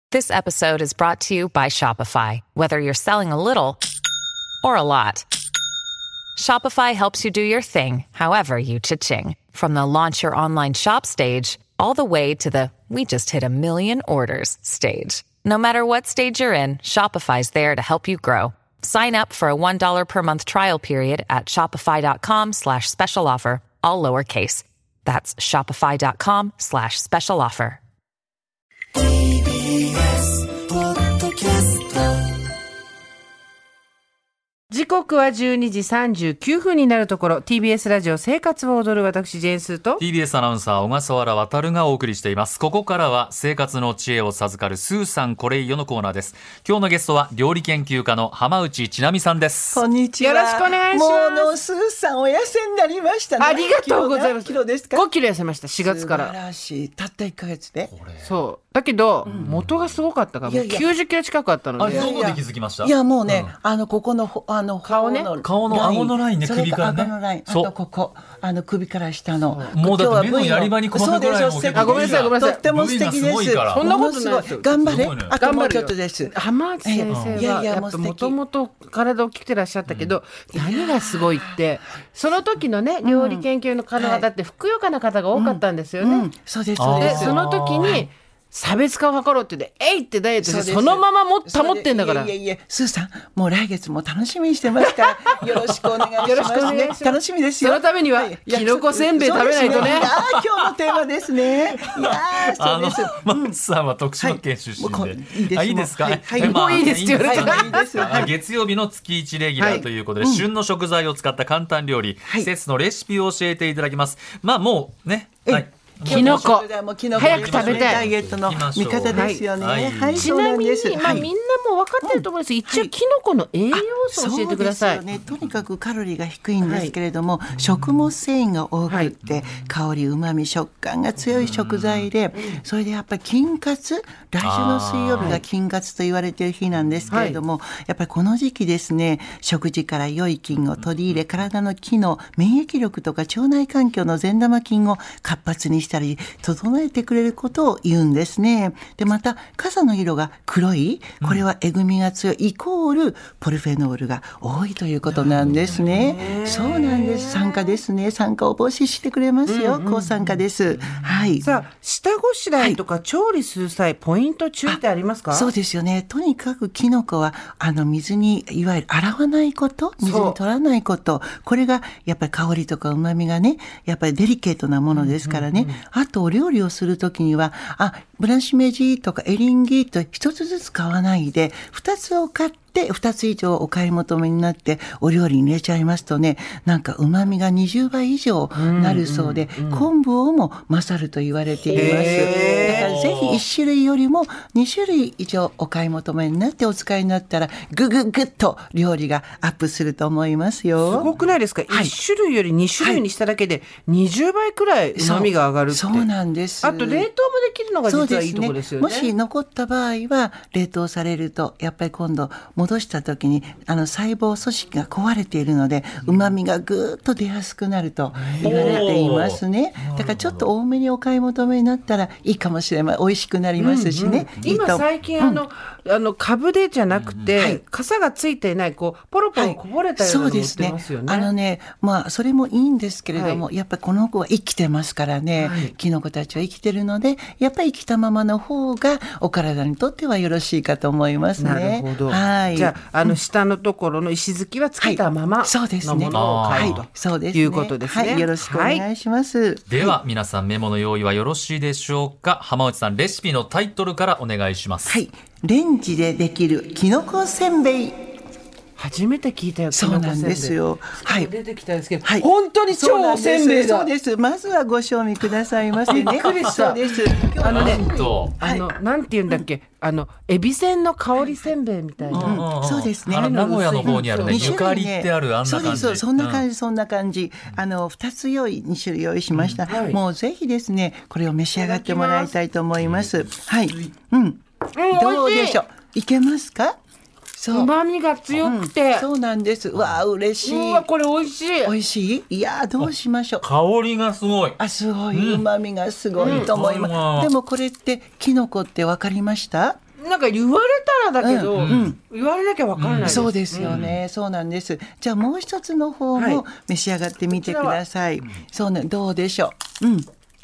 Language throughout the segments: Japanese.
This episode is brought to you by Shopify. Whether you're selling a little or a lot, Shopify helps you do your thing, however you cha-ching. From the launch your online shop stage, all the way to the we just hit 1 million orders stage. No matter what stage you're in, Shopify's there to help you grow. Sign up for a $1 per month trial period at shopify.com/special offer, all lowercase. That's shopify.com/special offer. TBS ポッドキャスト。時刻は12時39分になるところ、 TBS ラジオ生活を踊る私ジェーンスーと TBS アナウンサー小笠原渉がお送りしています。ここからは生活の知恵を授かるスーさんこれいよのコーナーです。今日のゲストは料理研究家の浜内千奈美さんです。 こんにちは。 よろしくお願いします。 もうスーさんお痩せになりましたね。 ありがとうございます。 キロですか？ 5キロ痩せました。4月から。 素晴らしい。たった1ヶ月で。 そうだけど、元がすごかったからもう90キロ近くあったので。 どこで気づきました？ いやもうね、ここの顔ね、 顔の顎のラインね、首からね、 顎のライン、あとここ首から下の、 もうだって目のやり場に細かくぐらいも結構、 ごめんなさいごめんなさい、 とっても素敵です。 そんなことないですよ。 頑張れ、 ね、 あともうちょっとです。 浜内先生はやっぱもともと体大きくてらっしゃったけど、何がすごいってその時のね料理研究の方々ってふくよかな方が多かったんですよね。 そうですそうです。 でその時に差別化を図ろうって言ってえいってダイエットしてそのまま保ってんだから。 いやスーさんもう来月も楽しみにしてますからよろしくお願いします。よろしくお願いします。楽しみですよ。 そのためにはきのこせんべい食べないとね。 今日のテーマですね。いやそうです。 浜内さんは徳島県出身で、いいですか？ もういいですって言われた。月曜日の月1レギュラーということで、旬の食材を使った簡単料理、季節のレシピを教えていただきます。まあもうね、 キノコ早く食べたいダイエットの味方ですよね。 ちなみに、みんなも分かってると思うんです。一応キノコの栄養素を教えてください。 そうですよね。とにかくカロリーが低いんですけれども、食物繊維が多くって、香り、旨味、食感が強い食材で、それでやっぱり筋活、来週の水曜日が筋活と言われている日なんですけれども、やっぱりこの時期ですね、食事から良い菌を取り入れ、体の機能、免疫力とか腸内環境の善玉菌を活発にしたり整えてくれることを言うんですね。でまた傘の色が黒い、これはえぐみが強いイコールポリフェノールが多いということなんですね。そうなんです。酸化ですね。酸化を防止してくれますよ。抗酸化です。はい。 さあ下ごしらえとか調理する際、ポイント注意ってありますか？ そうですよね。とにかくキノコは水にいわゆる洗わないこと、水に取らないこと、これがやっぱり香りとか旨味がねやっぱりデリケートなものですからね。あとお料理をするときにはブランシュメジとかエリンギと一つずつ買わないで2つを買って2つ以上お買い求めになってお料理に入れちゃいますとね、なんか旨味が20倍以上なるそうで、昆布をも勝ると言われています。だからぜひ1種類よりも2種類以上お買い求めになってお使いになったらぐっと料理がアップすると思いますよ。 すごくないですか？1種類より2種類にしただけで20倍くらい旨味が上がるって。 そうなんです。 あと冷凍もできるのが実はいいところですよね。 もし残った場合は冷凍されるとやっぱり今度戻した時に細胞組織が壊れているので旨味がぐーっと出やすくなると言われていますね。だからちょっと多めにお買い求めになったらいいかもしれない。美味しくなりますしね。 今最近株でじゃなくて、傘がついていないポロポロこぼれたようなの売ってますよね。 それもいいんですけれども、やっぱりこの子は生きてますからね、キノコたちは生きてるのでやっぱり生きたままの方がお体にとってはよろしいかと思いますね。 なるほど。じゃあ下のところの石突きはつけたままのものを買うということですね。 よろしくお願いします。 では皆さんメモの用意はよろしいでしょうか？浜内さんレシピのタイトルからお願いします。 レンジでできるきのこせんべい。 初めて聞いたよ。 そうなんですよ。 出てきたんですけど、本当に超おせんべいだ。 そうです。まずはご賞味くださいませね。 びっくりした。 そうです。 なんて言うんだっけ、エビせんの香りせんべいみたいな。 そうですね。 名古屋の方にあるね、ゆかりってあるあんな感じ。 そうです。そんな感じ。2つ2種類用意しました。もうぜひですね、これを召し上がってもらいたいと思います。どうでしょう。いけますか？ 旨味が強くて、 そうなんです。わあ嬉しい。 これ美味しい。 美味しい？いやどうしましょう。 香りがすごい。 すごい。旨味がすごいと思います。でもこれってキノコって分かりました？ なんか言われたらだけど、言われなきゃわからないです。 そうですよね、そうなんです。じゃあもう一つの方も召し上がってみてください。そうね、どうでしょう。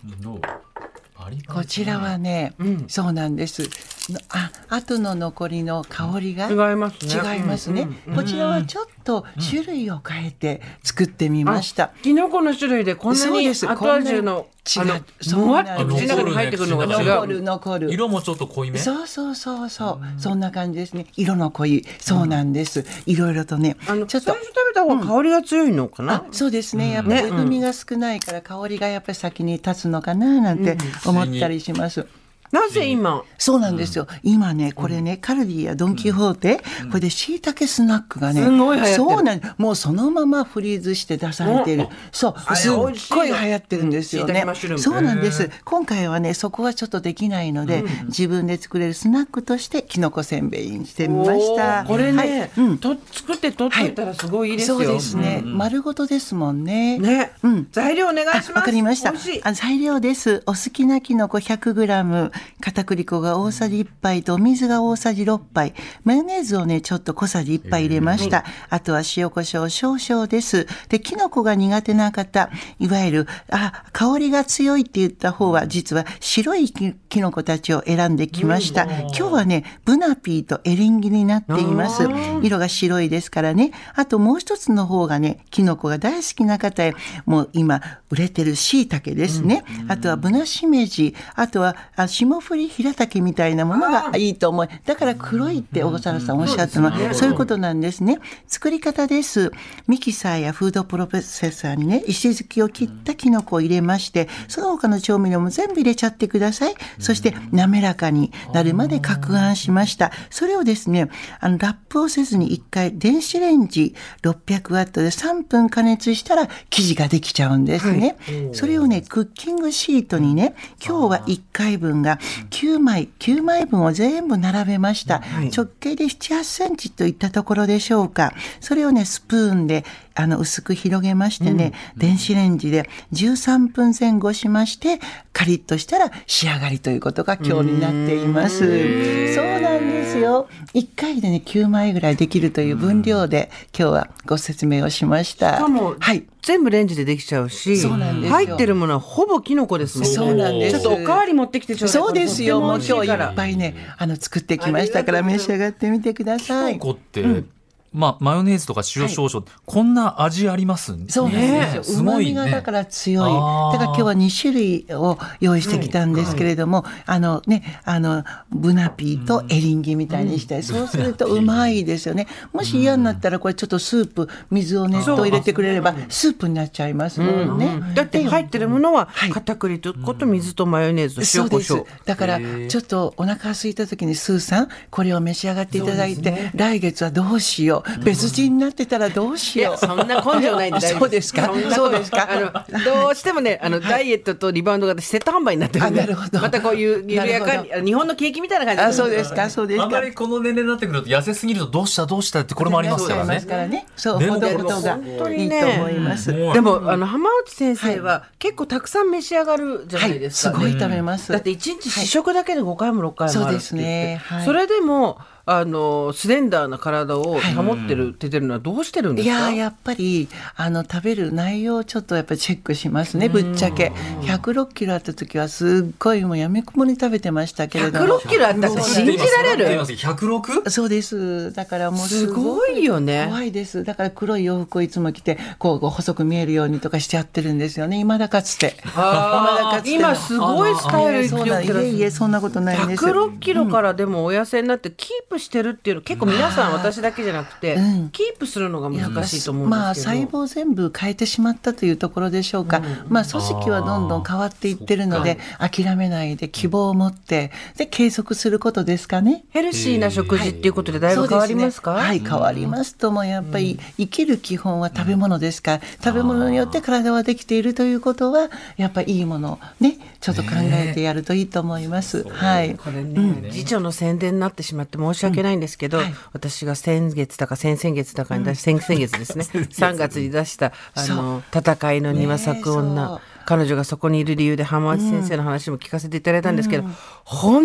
こちらはね、そうなんです。後の残りの香りが違いますね。 違いますね。こちらはちょっと種類を変えて作ってみました。 キノコの種類でこんなに後味のもわっと口の中に入ってくるのが違う。 残る。 色もちょっと濃いめ。 そう、そんな感じですね。色の濃い、そうなんです。いろいろとね、 ちょっと最初食べた方が香りが強いのかな。 そうですね。やっぱりえぐみが少ないから香りがやっぱり先に立つのかななんて思ったりします。 なぜ今？ そうなんですよ。今ね、これね、カルディやドンキホーテ、これで椎茸スナックがね、 すごい流行ってる。 そうなんです。もうそのままフリーズして出されている。そう、すっごい流行ってるんですよね。そうなんです。今回はね、そこはちょっとできないので、自分で作れるスナックとしてきのこせんべいにしてみました。 これね、作って取っていったらすごいいいですよ。 そうですね。丸ごとですもんね。 ね。材料お願いします。 わかりました。材料です。お好きなきのこ 100g、片栗粉が大さじ1杯とお水が大さじ6杯、マヨネーズをねちょっと小さじ1杯入れました。あとは塩コショウ少々です。で、きのこが苦手な方、いわゆる香りが強いって言った方は実は白いきのこたちを選んできました。今日はねブナピーとエリンギになっています。色が白いですからね。あともう一つの方がね、きのこが大好きな方へもう今売れてる椎茸ですね。あとはブナシメジ、あとは霜降り平茸みたいなものがいいと思い、だから黒いって小笠原さんおっしゃったのはそういうことなんですね。作り方です。ミキサーやフードプロセッサーにね石突きを切ったきのこを入れまして、その他の調味料も全部入れちゃってください。そして滑らかになるまで攪拌しました。それをですね、ラップをせずに1回電子レンジ600ワットで3分加熱したら生地ができちゃうんですね。それをねクッキングシートにね、今日は1回分が9枚分を全部並べました。直径で7、8センチといったところでしょうか。それをねスプーンで薄く広げましてね、電子レンジで13分前後しまして、カリッとしたら仕上がりということが今日になっています。そうなんですよ。1回でね9枚ぐらいできるという分量で今日はご説明をしました。 しかも、全部レンジでできちゃうし、 そうなんですよ。 入ってるものはほぼキノコですもんね。 そうなんです。 ちょっとおかわり持ってきてちょうだい。 そうですよ。もう今日いっぱいね作ってきましたから召し上がってみてください。 キノコって、マヨネーズとか塩少々、こんな味ありますね。 そうなんですよ。 すごいね。 旨味がだから強い。だから今日は2種類を用意してきたんですけれども、ブナピーとエリンギみたいにして、そうするとうまいですよね。もし嫌になったらこれちょっとスープ、水を熱湯入れてくれればスープになっちゃいますもんね。 だって入ってるものは片栗粉と水とマヨネーズと塩コショウ。 だからちょっとお腹空いた時にスーさんこれを召し上がっていただいて、来月はどうしよう。別人になってたらどうしよう。 そんな根性ないんで大丈夫。 そうですか。そうですか。 どうしてもね、ダイエットとリバウンドがセット販売になってるんで。 なるほど。 またこういう緩やかに、日本の景気みたいな感じで。 そうですか。そうですか。 あんまりこの年齢になってくると痩せすぎるとどうしたってこれもありますからね。 そう、ほどほどがいいと思います。 でも浜内先生は結構たくさん召し上がるじゃないですか。 すごい食べます。 だって1日試食だけで5回も6回もあるって言って。そうですね。 それでもスレンダーな体を保ってるっていうのはどうしてるんですか？ やっぱり食べる内容をちょっとやっぱりチェックしますね。ぶっちゃけ106キロあった時はすっごいもうやめくもに食べてましたけれども、 106キロあったって信じられる ？106？ そうです。だからもうすごいよね。 怖いです。だから黒い洋服をいつも着てこう細く見えるようにとかしてやってるんですよね。今だかつて。 今すごいスタイルそうなんです。いえそんなことないんです。 106キロからでもお痩せになってキープしてるっていうの結構皆さん私だけじゃなくて、キープするのが難しいと思うんですけど、 細胞全部変えてしまったというところでしょうか。組織はどんどん変わっていってるので諦めないで希望を持ってで継続することですかね。 ヘルシーな食事っていうことでだいぶ変わりますか？ 変わりますともやっぱり生きる基本は食べ物ですから、食べ物によって体はできているということはやっぱりいいものをねちょっと考えてやるといいと思います。これね、次女の宣伝になってしまって申し訳ないんですけど、私が先月だか先々月だかに先々月ですね3月に出した戦いの庭咲く女、彼女がそこにいる理由で浜内先生の話も聞かせていただいたんですけど、本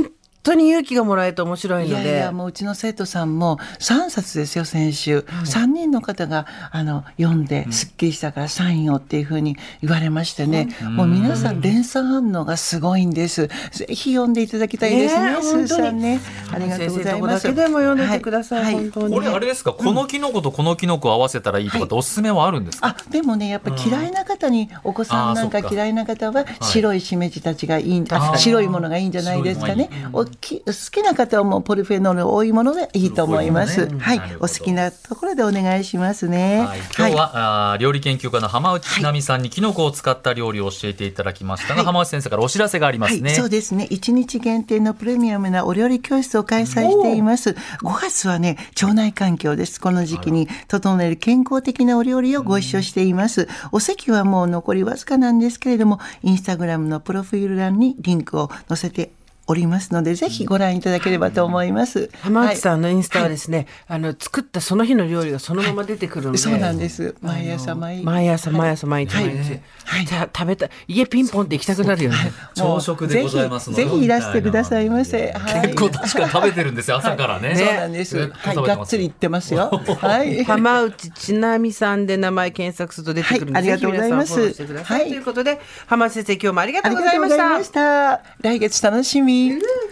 当に勇気がもらえて面白いので。 いやいや、もううちの生徒さんも3冊ですよ、先週。3人の方が読んですっきりしたからサインをっていうふうに言われましてね、もう皆さん連鎖反応がすごいんです。ぜひ読んでいただきたいですね、スーさんね。ありがとうございます。 先生とこだけでも読んでてください、 はい本当に。 これあれですか、このキノコとこのキノコを合わせたらいいとかっておすすめはあるんですか？ でもね、やっぱり嫌いな方に、お子さんなんか嫌いな方は白いしめじたちがいい、白いものがいいんじゃないですかね。好きな方はもうポリフェノール多いものでいいと思います。はい、お好きなところでお願いしますね。 今日は、料理研究家の浜内千波さんにキノコを使った料理を教えていただきましたが、浜内先生からお知らせがありますね。 そうですね。1日限定のプレミアムなお料理教室を開催しています。5月はね、腸内環境です。この時期に整える健康的なお料理をご一緒しています。お席はもう残りわずかなんですけれども、インスタグラムのプロフィール欄にリンクを載せておりますので、ぜひご覧いただければと思います。 浜内さんのインスタはですね、作ったその日の料理がそのまま出てくるので、 そうなんです。毎朝毎日じゃあ食べた家ピンポンって行きたくなるよね。 朝食でございますので、 ぜひいらしてくださいませ。 結構確かに食べてるんですよ、朝からね。 そうなんです。がっつりいってますよ。 浜内千波さんで名前検索すると出てくるので、 ありがとうございます。 ということで、浜内先生、今日もありがとうございました。 来月楽しみ。